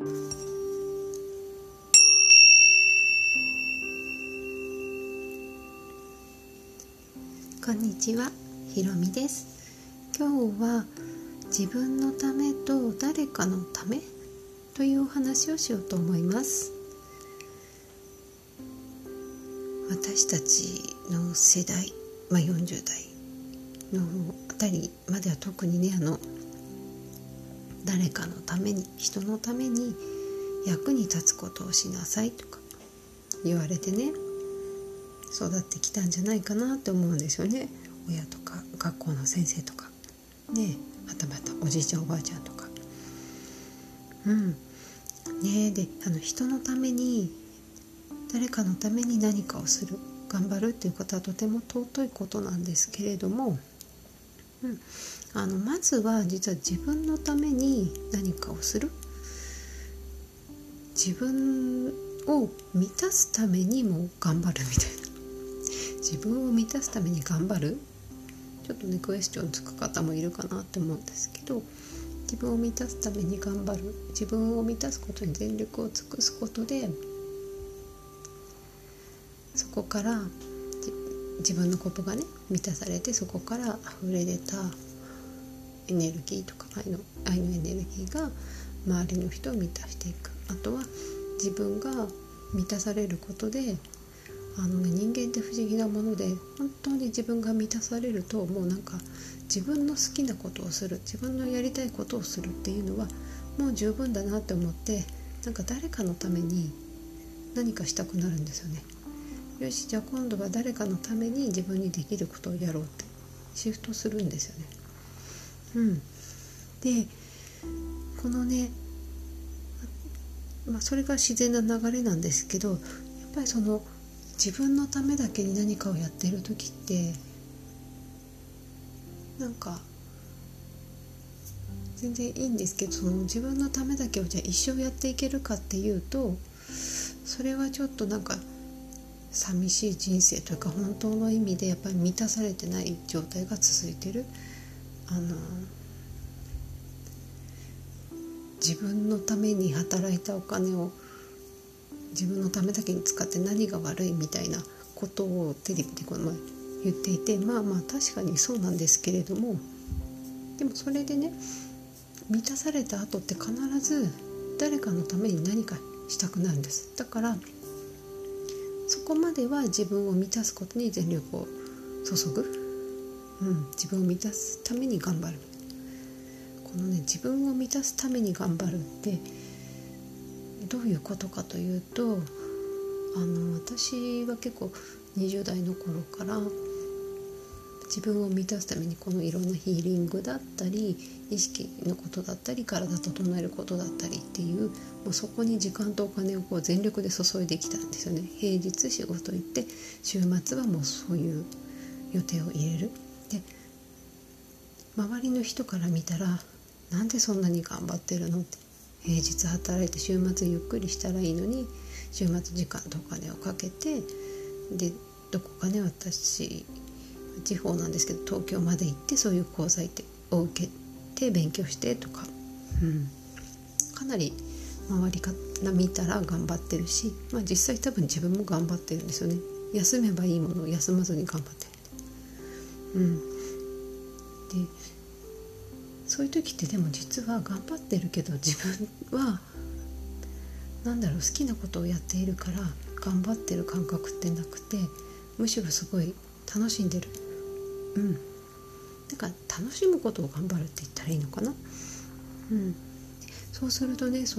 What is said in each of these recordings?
こんにちは、ひろみです。今日は自分のためと誰かのためというお話をしようと思います。私たちの世代、40代のあたりまでは特にね、誰かのために、人のために役に立つことをしなさいとか言われてね、育ってきたんじゃないかなって思うんですよね。親とか学校の先生とかね、はたまたおじいちゃんおばあちゃんとか、で人のために、誰かのために何かをする、頑張るっていうことはとても尊いことなんですけれども、まずは実は自分のために何かをする、自分を満たすためにも頑張るみたいな。自分を満たすために頑張る、ちょっとねクエスチョンつく方もいるかなって思うんですけど、自分を満たすために頑張る、自分を満たすことに全力を尽くすことで、そこから自分のことがね満たされて、そこから溢れ出たエネルギーとか愛のエネルギーが周りの人を満たしていく。あとは自分が満たされることで、人間って不思議なもので、本当に自分が満たされると、もう自分の好きなことをする、自分のやりたいことをするっていうのはもう十分だなって思って、誰かのために何かしたくなるんですよね。よし、じゃあ今度は誰かのために自分にできることをやろうってシフトするんですよね。でこのね、それが自然な流れなんですけど、やっぱり自分のためだけに何かをやっている時って、全然いいんですけど、自分のためだけをじゃあ一生やっていけるかっていうと、それはちょっと寂しい人生というか、本当の意味でやっぱり満たされてない状態が続いてる。自分のために働いたお金を自分のためだけに使って何が悪いみたいなことをテレビでこの前言っていて、確かにそうなんですけれども、でもそれでね、満たされた後って必ず誰かのために何かしたくなるんです。だからそこまでは自分を満たすことに全力を注ぐ、自分を満たすために頑張る。このね、自分を満たすために頑張るってどういうことかというと、私は結構20代の頃から自分を満たすために、このいろんなヒーリングだったり、意識のことだったり、体整えることだったりっていう、もうそこに時間とお金を全力で注いできたんですよね。平日仕事行って、週末はもうそういう予定を入れる。で、周りの人から見たら、なんでそんなに頑張ってるのって、平日働いて週末ゆっくりしたらいいのに、週末時間とお金をかけて、でどこかね、私地方なんですけど東京まで行って、そういう講座を受けて勉強してとか、かなり周りから見たら頑張ってるし、実際多分自分も頑張ってるんですよね。休めばいいものを休まずに頑張ってる。でそういう時って、でも実は頑張ってるけど、自分は好きなことをやっているから頑張ってる感覚ってなくて、むしろすごい楽しんでる。だから楽しむことを頑張るって言ったらいいのかな。そうするとね、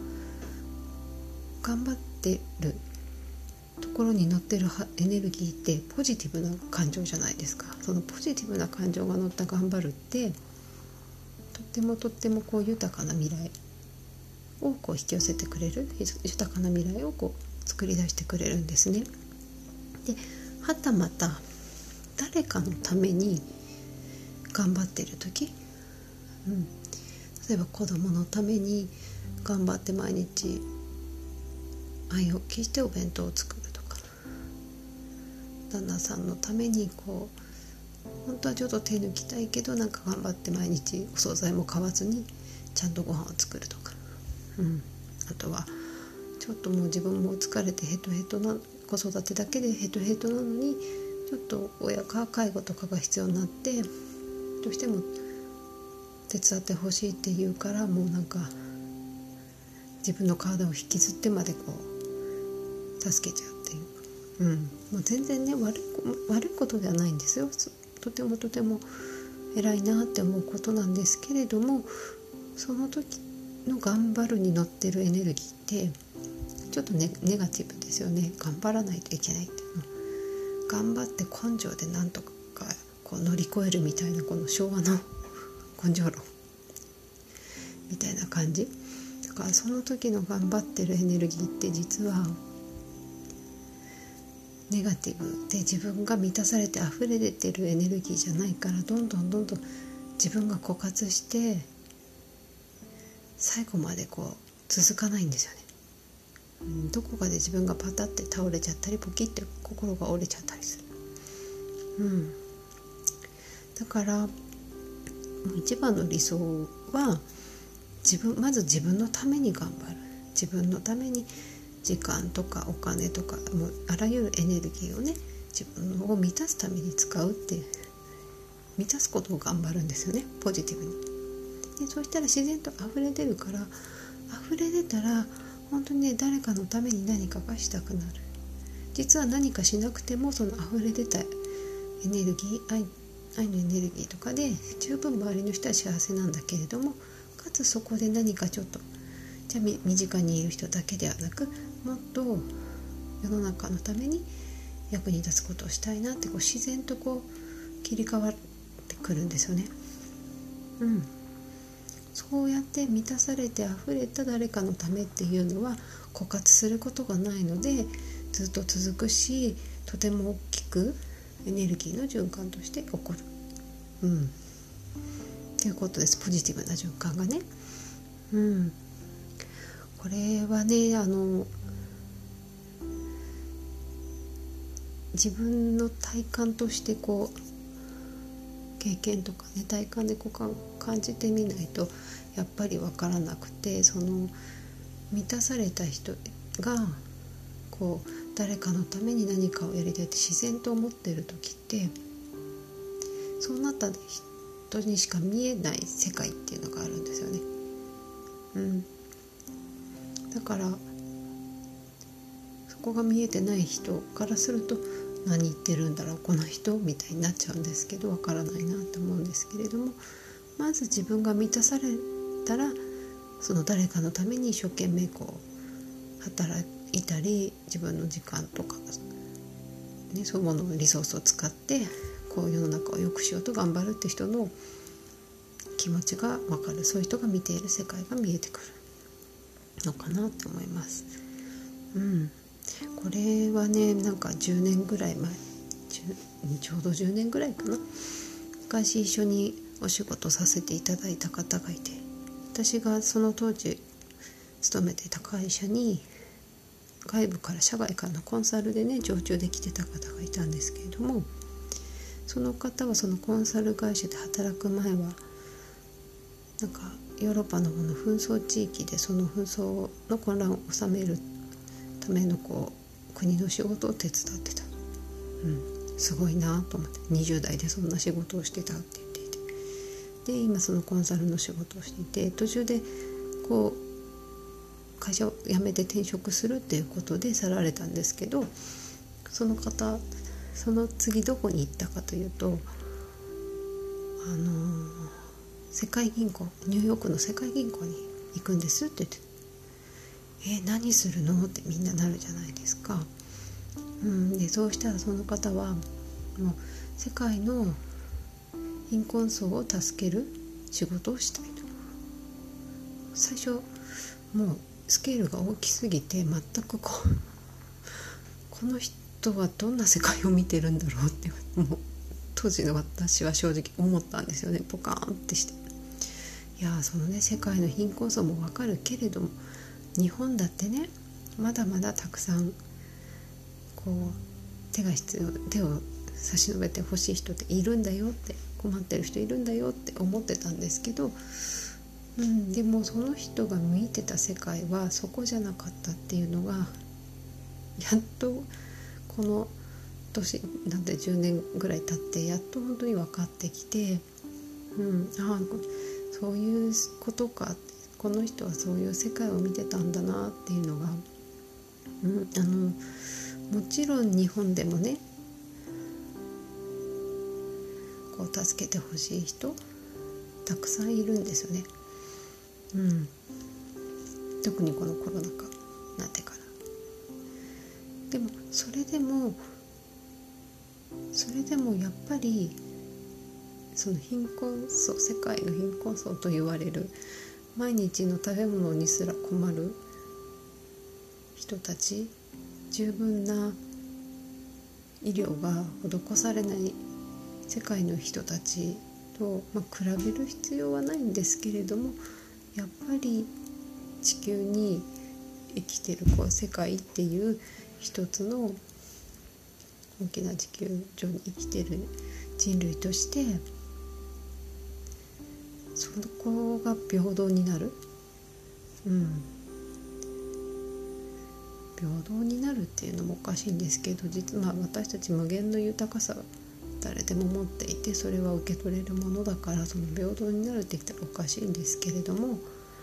頑張ってるところに乗ってるエネルギーってポジティブな感情じゃないですか。そのポジティブな感情が乗った頑張るって、とっても豊かな未来を引き寄せてくれる、豊かな未来を作り出してくれるんですね。で、はたまた誰かのために頑張ってる時、例えば子供のために頑張って毎日早起きしてお弁当を作るとか、旦那さんのために本当はちょっと手抜きたいけど、頑張って毎日お惣菜も買わずにちゃんとご飯を作るとか、 あとはちょっともう自分も疲れてヘトヘトな、子育てだけでヘトヘトなのにちょっと親が介護とかが必要になってどうしても手伝ってほしいって言うから、もうなんか自分の体を引きずってまでこう助けちゃうっていう、もう全然ね悪いことではないんですよ。とてもとても偉いなって思うことなんですけれども、その時の頑張るに乗ってるエネルギーってちょっとネガティブですよね。頑張らないといけないっていうの、頑張って根性でなんとかこう乗り越えるみたいな、この昭和の根性論みたいな感じだから、その時の頑張ってるエネルギーって実はネガティブで、自分が満たされて溢れ出てるエネルギーじゃないから、どんどん自分が枯渇して最後までこう続かないんですよね。どこかで自分がパタって倒れちゃったり、ポキッて心が折れちゃったりする。だから一番の理想はまず自分のために頑張る、自分のために時間とかお金とか、もうあらゆるエネルギーをね、自分を満たすために使うっていう、満たすことを頑張るんですよね、ポジティブに。でそうしたら自然と溢れ出るから、溢れ出たら本当にね、誰かのために何かがしたくなる。実は何かしなくてもその溢れ出たエネルギー、愛のエネルギーとかで十分周りの人は幸せなんだけれども、かつそこで何かちょっとじゃあ身近にいる人だけではなく、もっと世の中のために役に立つことをしたいなって、こう自然とこう切り替わってくるんですよね。そうやって満たされて溢れた誰かのためっていうのは枯渇することがないので、ずっと続くし、とても大きくエネルギーの循環として起こる、ということです。ポジティブな循環がね。これはね、自分の体感としてこう経験とかね、体感でこう感じてみないとやっぱり分からなくて、その満たされた人がこう誰かのために何かをやりたいって自然と思ってる時って、そうなった人にしか見えない世界っていうのがあるんですよね。だからそこが見えてない人からすると、何言ってるんだろうこの人みたいになっちゃうんですけど、わからないなと思うんですけれども、まず自分が満たされたら、その誰かのために一生懸命こう働いたり、自分の時間とか、そういうもののリソースを使ってこう世の中を良くしようと頑張るって人の気持ちが分かる。そういう人が見ている世界が見えてくるのかなと思います。これはね、なんか10年ぐらい前、ちょうど10年ぐらいかな、昔一緒にお仕事させていただいた方がいて、私がその当時勤めていた会社に外部から社外からのコンサルでね、常駐で来てた方がいたんですけれども、その方はそのコンサル会社で働く前はなんかヨーロッパの方の紛争地域で、その紛争の混乱を収めるためのこう国の仕事を手伝ってた。すごいなと思って、20代でそんな仕事をしてたって言っていて、で今そのコンサルの仕事をしていて、途中でこう会社を辞めて転職するっていうことで去られたんですけど、その方その次どこに行ったかというと、世界銀行、ニューヨークの世界銀行に行くんですって言って、何するのってみんななるじゃないですか。でそうしたらその方はもう世界の貧困層を助ける仕事をしたいと。最初もうスケールが大きすぎて、全くこの人はどんな世界を見てるんだろうって、もう当時の私は正直思ったんですよね。ポカーンってして、いやそのね、世界の貧困層も分かるけれども、日本だってね、まだまだたくさんこう手を差し伸べてほしい人っているんだよって、困ってる人いるんだよって思ってたんですけど、 でもその人が向いてた世界はそこじゃなかったっていうのがやっとこの年なんて10年ぐらい経ってやっと本当に分かってきて、そういうことか、この人はそういう世界を見てたんだなっていうのが、もちろん日本でもねこう助けてほしい人たくさんいるんですよね。特にこのコロナ禍になってから。でもそれでもやっぱりその貧困層、世界の貧困層と言われる毎日の食べ物にすら困る人たち、十分な医療が施されない世界の人たちと、比べる必要はないんですけれども、やっぱり地球に生きてる世界っていう一つの大きな地球上に生きてる人類としてそこが平等になる、平等になるっていうのもおかしいんですけど、実は私たち無限の豊かさ誰でも持っていて、それは受け取れるものだから、その平等になるって言ったらおかしいんですけれども、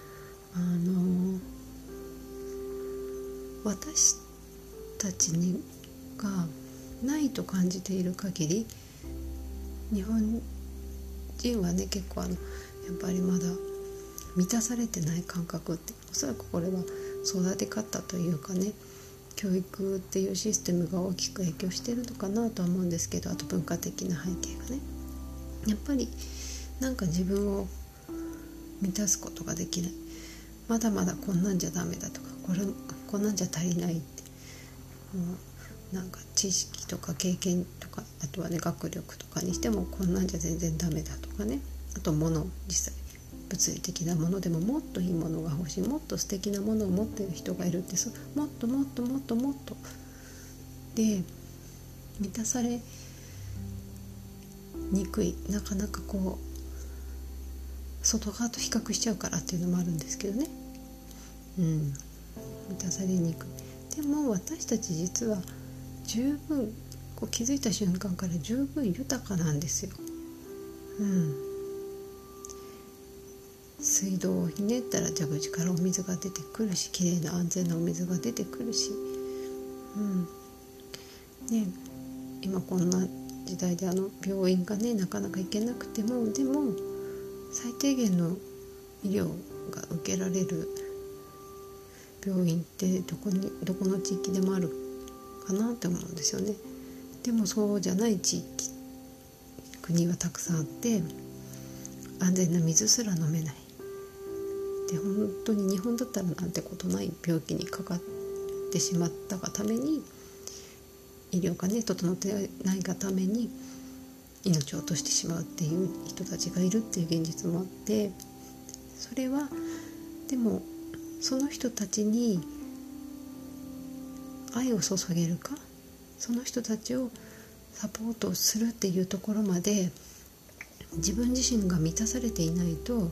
私たちがないと感じている限り、日本人はね結構やっぱりまだ満たされてない感覚って、おそらくこれは育て方というかね、教育っていうシステムが大きく影響してるのかなとは思うんですけど、あと文化的な背景がね、やっぱりなんか自分を満たすことができない、まだまだこんなんじゃダメだとか、こんなんじゃ足りないって、もうなんか知識とか経験とか、あとはね学力とかにしてもこんなんじゃ全然ダメだとかね、あと実際物理的なものでももっといいものが欲しい、もっと素敵なものを持っている人がいるって、もっともっともっともっとで満たされにくい、なかなか外側と比較しちゃうからっていうのもあるんですけどね、満たされにくい。でも私たち実は十分気づいた瞬間から十分豊かなんですよ。水道をひねったら蛇口からお水が出てくるし、きれいな安全なお水が出てくるし、今こんな時代で病院がねなかなか行けなくても、でも最低限の医療が受けられる病院ってどこの地域でもあるかなって思うんですよね。でもそうじゃない地域、国はたくさんあって、安全な水すら飲めないで、本当に日本だったらなんてことない病気にかかってしまったがために、医療がね整ってないがために命を落としてしまうっていう人たちがいるっていう現実もあって、それはでもその人たちに愛を注げるか、その人たちをサポートするっていうところまで自分自身が満たされていないと、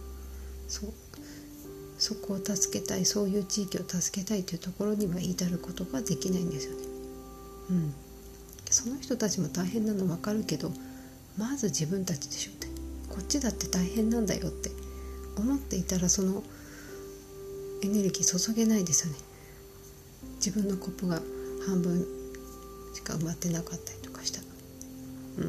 そこを助けたい、そういう地域を助けたいというところには至ることができないんですよね。その人たちも大変なの分かるけど、まず自分たちでしょって、こっちだって大変なんだよって思っていたら、そのエネルギー注げないですよね。自分のコップが半分しか埋まってなかったりとかしたら、だ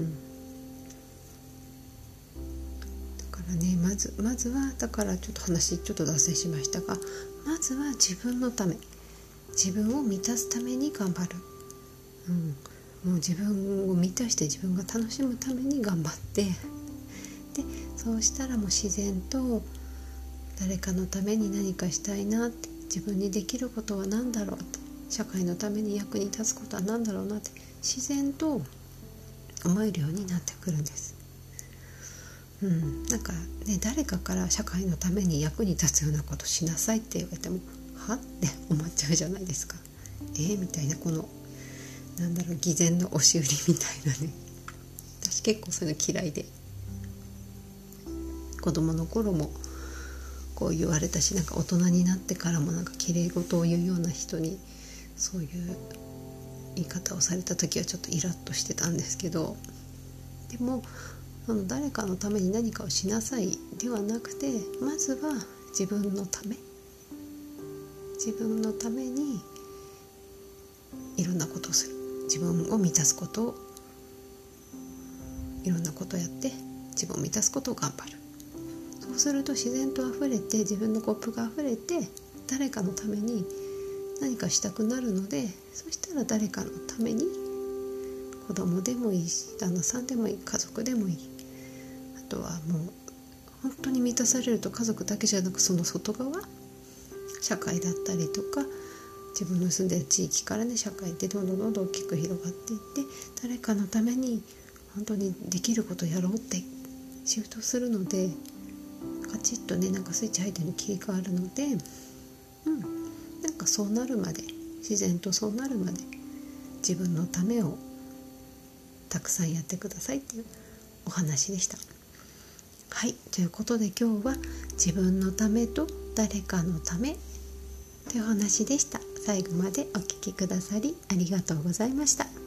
からね、まずはだからちょっと脱線しましたが、まずは自分のため、自分を満たすために頑張る、もう自分を満たして自分が楽しむために頑張って、でそうしたらもう自然と誰かのために何かしたいなって、自分にできることは何だろうって、社会のために役に立つことは何だろうなって自然と思えるようになってくるんです。なんかね、誰かから社会のために役に立つようなことしなさいって言われてもはって思っちゃうじゃないですか。みたいな、この偽善の押し売りみたいなね、私結構そういうの嫌いで、子供の頃も構言われたし、なんか大人になってからもなんか綺麗事を言うような人にそういう言い方をされた時はちょっとイラッとしてたんですけど、でも誰かのために何かをしなさいではなくて、まずは自分のためにいろんなことをする、自分を満たすことをいろんなことをやって自分を満たすことを頑張る。そうすると自然と溢れて、自分のコップが溢れて誰かのために何かしたくなるので、そしたら誰かのために、子供でもいいし旦那さんでもいい、家族でもいい、あとはもう本当に満たされると家族だけじゃなく、その外側社会だったりとか、自分の住んでる地域からね、社会ってどんどん大きく広がっていって、誰かのために本当にできることをやろうってシフトするので、カチッとね、なんかスイッチ入ってる切り替わるので、なんかそうなるまで、自然とそうなるまで自分のためをたくさんやってくださいっていうお話でした。はい、ということで今日は自分のためと誰かのためというお話でした。最後までお聞きくださりありがとうございました。